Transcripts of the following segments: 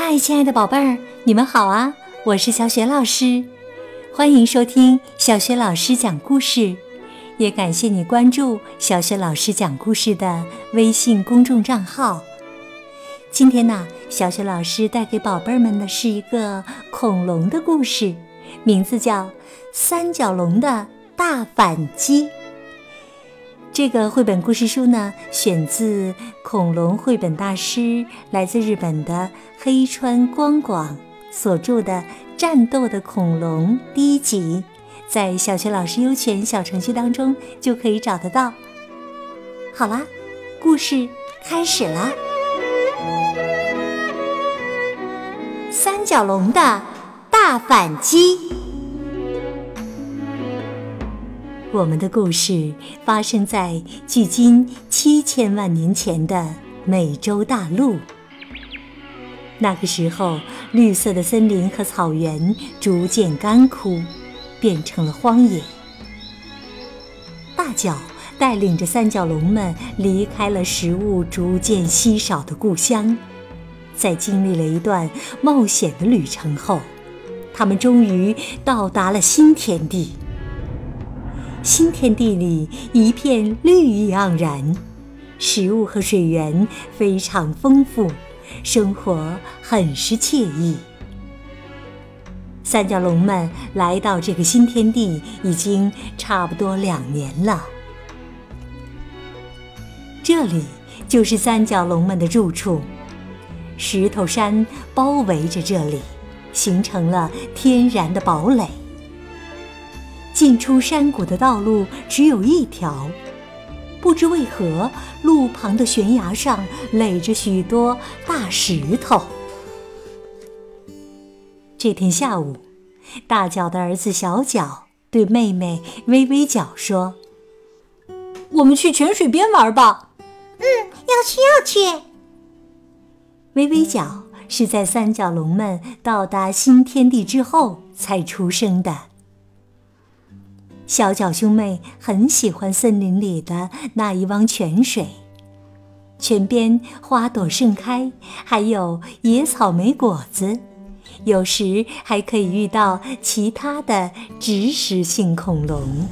嗨，亲爱的宝贝儿，你们好啊！我是小雪老师，欢迎收听小雪老师讲故事，也感谢你关注小雪老师讲故事的微信公众账号。今天呢，小雪老师带给宝贝儿们的是一个恐龙的故事，名字叫《三角龙的大反击》。这个绘本故事书呢，选自恐龙绘本大师来自日本的黑川光广所著的《战斗的恐龙》第1集，在小学老师优选小程序当中就可以找得到。好啦，故事开始了。三角龙的大反击。我们的故事发生在距今7000万年前的美洲大陆。那个时候，绿色的森林和草原逐渐干枯，变成了荒野。大角带领着三角龙们离开了食物逐渐稀少的故乡，在经历了一段冒险的旅程后，他们终于到达了新天地。新天地里一片绿意盎然，食物和水源非常丰富，生活很是惬意。三角龙们来到这个新天地已经差不多2年了。这里就是三角龙们的住处，石头山包围着这里，形成了天然的堡垒。进出山谷的道路只有一条，不知为何，路旁的悬崖上垒着许多大石头。这天下午，大角的儿子小角对妹妹微微角说：“我们去泉水边玩吧。”“ 要去。” 微微角是在三角龙们到达新天地之后才出生的。小角兄妹很喜欢森林里的那一汪泉水，泉边花朵盛开，还有野草莓果子，有时还可以遇到其他的植食性恐龙。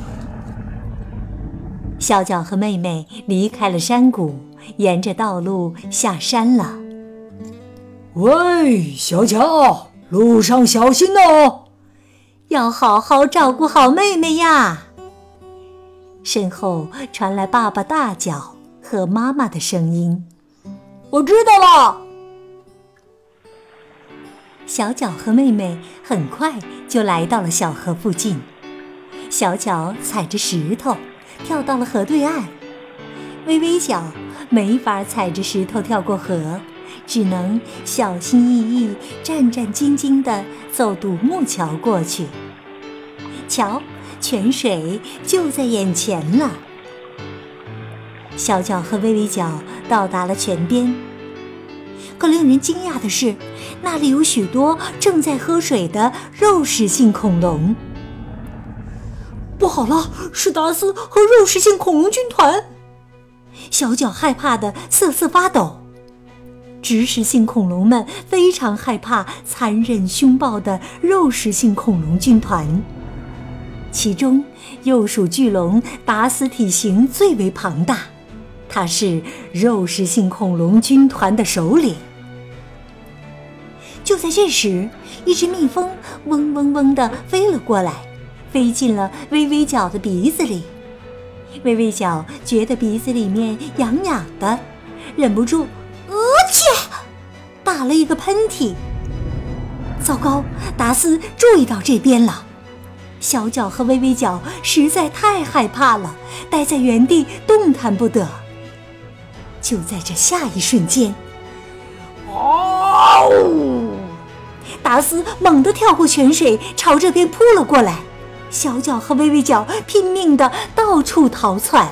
小角和妹妹离开了山谷，沿着道路下山了。 “喂，小角，路上小心哦！”“ 要好好照顾好妹妹呀！”身后传来爸爸大角和妈妈的声音。 “我知道了。” 小角和妹妹很快就来到了小河附近。小角踩着石头跳到了河对岸，微微角没法踩着石头跳过河，只能小心翼翼、战战兢兢地走独木桥过去。瞧，泉水就在眼前了。小角和微微角到达了泉边，可令人惊讶的是，那里有许多正在喝水的肉食性恐龙。 “不好了，是达斯和肉食性恐龙军团！” 小角害怕得瑟瑟发抖。植食性恐龙们非常害怕残忍凶暴的肉食性恐龙军团，其中鼬鼠巨龙达斯体型最为庞大，他是肉食性恐龙军团的首领。就在这时，一只蜜蜂嗡嗡嗡地飞了过来，飞进了微微角的鼻子里。微微角觉得鼻子里面痒痒的，忍不住打了一个喷嚏。糟糕，达斯注意到这边了。小角和微微角实在太害怕了，待在原地动弹不得。就在这下一瞬间，达斯猛地跳过泉水，朝这边扑了过来。小角和微微角拼命地到处逃窜。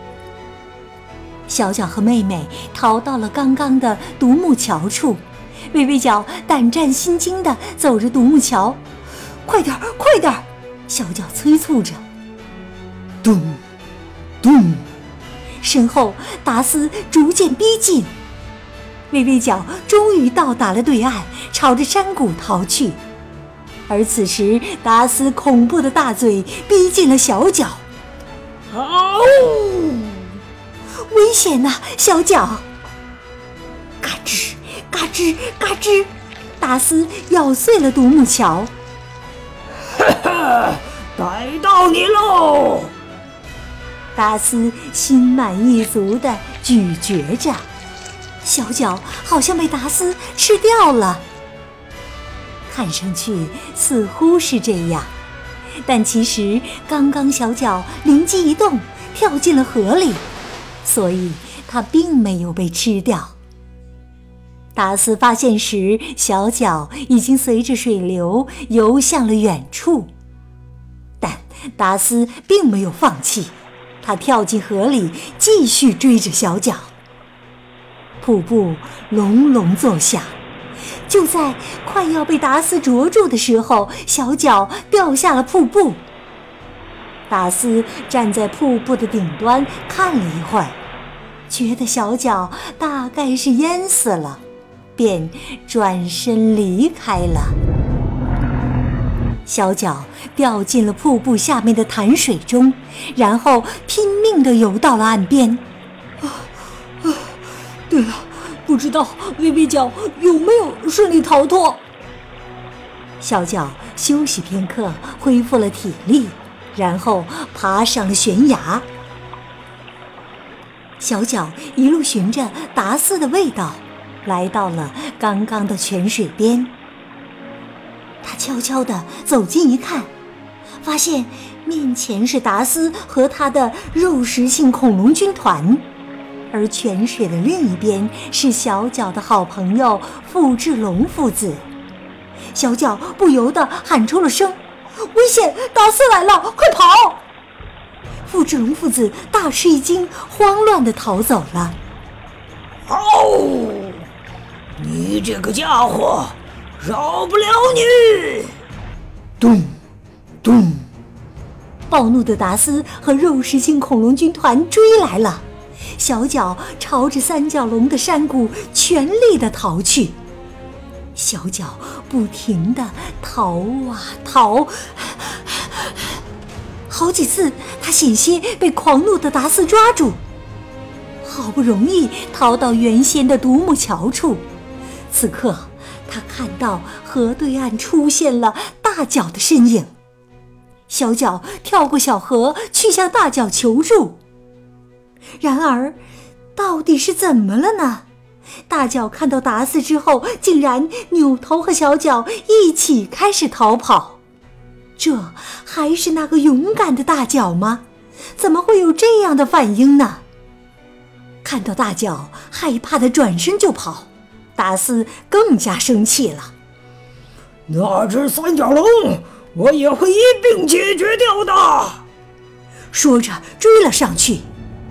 小角和妹妹逃到了刚刚的独木桥处，微微角胆战心惊地走着独木桥。“快点，快点！”小角催促着。 咚咚， 身后达斯逐渐逼近。 微微角终于到达了对岸，朝着山谷逃去。而此时，达斯恐怖的大嘴逼近了小角。 嗷！ 危险呐，小角！嘎吱嘎吱嘎吱，达斯咬碎了独木桥。 哈哈，逮到你喽！ 达斯心满意足地咀嚼着，小角好像被达斯吃掉了。看上去似乎是这样，但其实刚刚小角灵机一动，跳进了河里，所以它并没有被吃掉。达斯发现时，小角已经随着水流游向了远处，但达斯并没有放弃，他跳进河里，继续追着小角。瀑布隆隆作响，就在快要被达斯捉住的时候，小角掉下了瀑布。达斯站在瀑布的顶端看了一会儿，觉得小角大概是淹死了，便转身离开了。小角掉进了瀑布下面的潭水中，然后拼命地游到了岸边。 对了，不知道微微角有没有顺利逃脱？ 小角休息片刻，恢复了体力，然后爬上了悬崖。小角一路循着达斯的味道，来到了刚刚的泉水边。他悄悄地走近一看，发现面前是达斯和他的肉食性恐龙军团，而泉水的另一边是小角的好朋友富志龙父子。小角不由得喊出了声：“危险！达斯来了，快跑！”富志龙父子大吃一惊，慌乱地逃走了。 哦，你这个家伙，饶不了你！ 咚咚，暴怒的达斯和肉食性恐龙军团追来了。小角朝着三角龙的山谷全力地逃去，小角不停地逃啊逃，好几次他险些被狂怒的达斯抓住。好不容易逃到原先的独木桥处，此刻他看到河对岸出现了大角的身影。小角跳过小河去向大角求助，然而到底是怎么了呢？大角看到达斯之后，竟然扭头和小角一起开始逃跑。这还是那个勇敢的大角吗？怎么会有这样的反应呢？看到大角害怕的转身就跑，达斯更加生气了。 那只三角龙我也会一并解决掉的， 说着追了上去。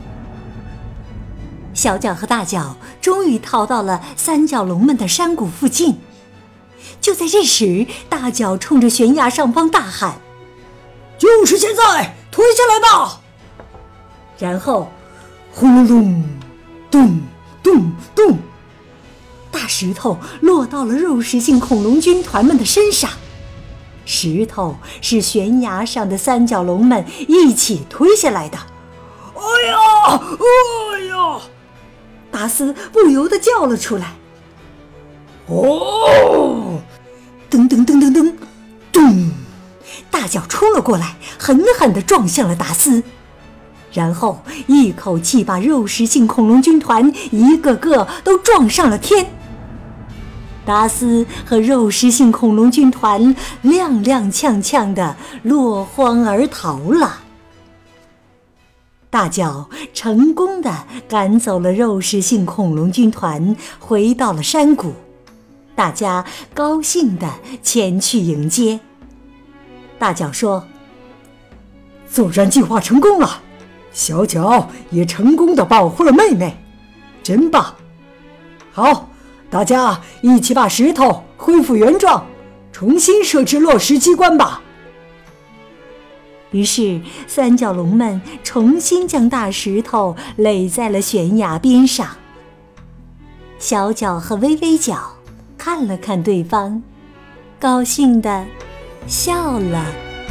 小角和大角终于逃到了三角龙们的山谷附近。就在这时，大角冲着悬崖上方大喊：“ 就是现在，推下来吧！” 然后呼噜隆，咚咚咚，大石头落到了肉食性恐龙军团们的身上。石头是悬崖上的三角龙们一起推下来的。 哎呀，哎呀！ 达斯不由得叫了出来。 哦！ 噔噔噔噔噔，咚！大角冲了过来，狠狠地撞向了达斯，然后一口气把肉食性恐龙军团一个个都撞上了天。达斯和肉食性恐龙军团踉踉跄跄地落荒而逃了。大角成功地赶走了肉食性恐龙军团，回到了山谷。大家高兴地前去迎接。大角说：“ 作战计划成功了，小角也成功地保护了妹妹，真棒！好，大家一起把石头恢复原状，重新设置落石机关吧。” 于是三角龙们重新将大石头垒在了悬崖边上。 小脚和微微脚看了看对方，高兴地笑了。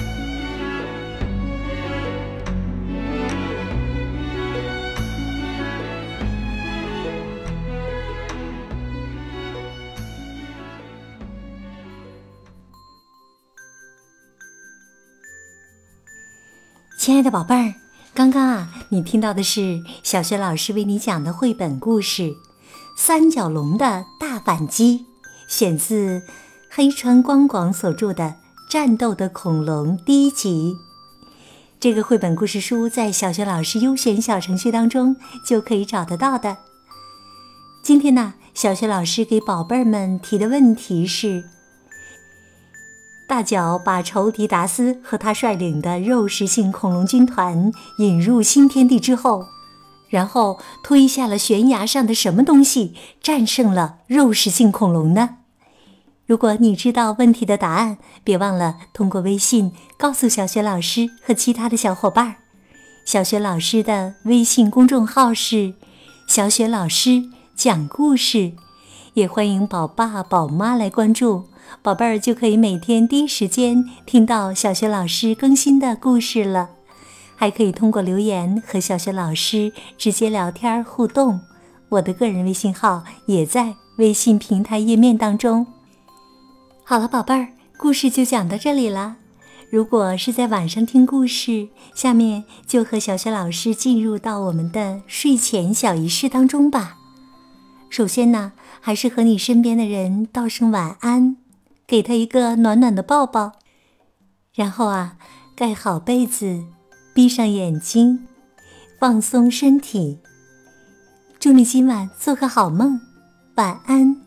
亲爱的宝贝儿，刚刚你听到的是小学老师为你讲的绘本故事《三角龙的大反击》，选自黑川光广所著的《战斗的恐龙》第1集。这个绘本故事书在小学老师优选小程序当中就可以找得到的。今天呢，小学老师给宝贝儿们提的问题是：大脚把仇敌达斯和他率领的肉食性恐龙军团引入新天地之后，然后推下了悬崖上的什么东西，战胜了肉食性恐龙呢？如果你知道问题的答案，别忘了通过微信告诉小学老师和其他的小伙伴。小学老师的微信公众号是小学老师讲故事，也欢迎宝爸宝妈来关注，宝贝儿就可以每天第一时间听到小学老师更新的故事了。还可以通过留言和小学老师直接聊天互动，我的个人微信号也在微信平台页面当中。好了，宝贝儿，故事就讲到这里了。如果是在晚上听故事，下面就和小学老师进入到我们的睡前小仪式当中吧。首先呢，还是和你身边的人道声晚安，给他一个暖暖的抱抱，然后盖好被子，闭上眼睛，放松身体。祝你今晚做个好梦，晚安。